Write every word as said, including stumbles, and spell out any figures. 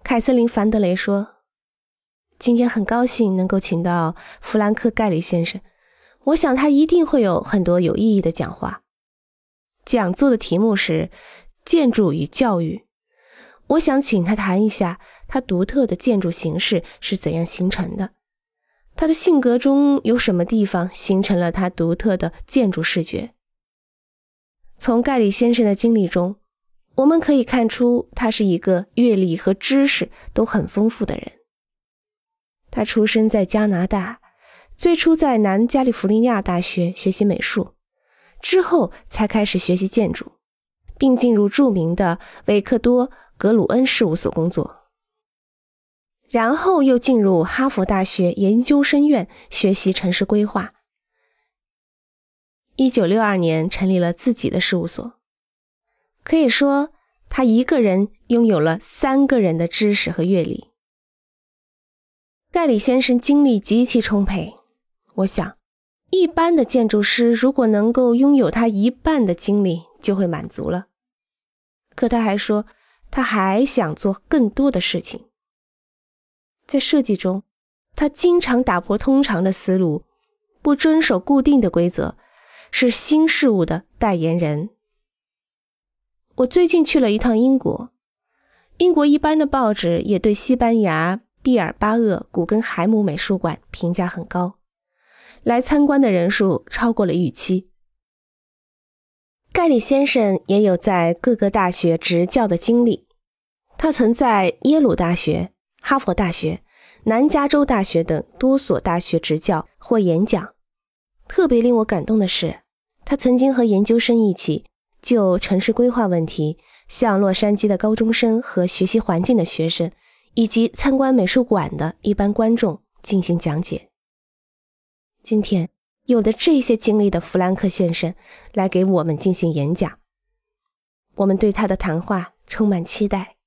凯瑟琳·凡德雷说，今天很高兴能够请到弗兰克·盖里先生，我想他一定会有很多有意义的讲话。讲座的题目是建筑与教育，我想请他谈一下他独特的建筑形式是怎样形成的，他的性格中有什么地方形成了他独特的建筑视觉。从盖里先生的经历中，我们可以看出他是一个阅历和知识都很丰富的人。他出生在加拿大，最初在南加利福尼亚大学学习美术，之后才开始学习建筑，并进入著名的维克多·格鲁恩事务所工作，然后又进入哈佛大学研究生院学习城市规划。一九六二年成立了自己的事务所，可以说他一个人拥有了三个人的知识和阅历。盖里先生精力极其充沛，我想一般的建筑师如果能够拥有他一半的精力就会满足了。可他还说他还想做更多的事情。在设计中，他经常打破通常的思路，不遵守固定的规则，是新事物的代言人。我最近去了一趟英国，英国一般的报纸也对西班牙毕尔巴鄂古根海姆美术馆评价很高，来参观的人数超过了预期。盖里先生也有在各个大学执教的经历，他曾在耶鲁大学、哈佛大学、南加州大学等多所大学执教或演讲。特别令我感动的是，他曾经和研究生一起就城市规划问题向洛杉矶的高中生和学习环境的学生以及参观美术馆的一般观众进行讲解。今天有的这些经历的弗兰克先生来给我们进行演讲，我们对他的谈话充满期待。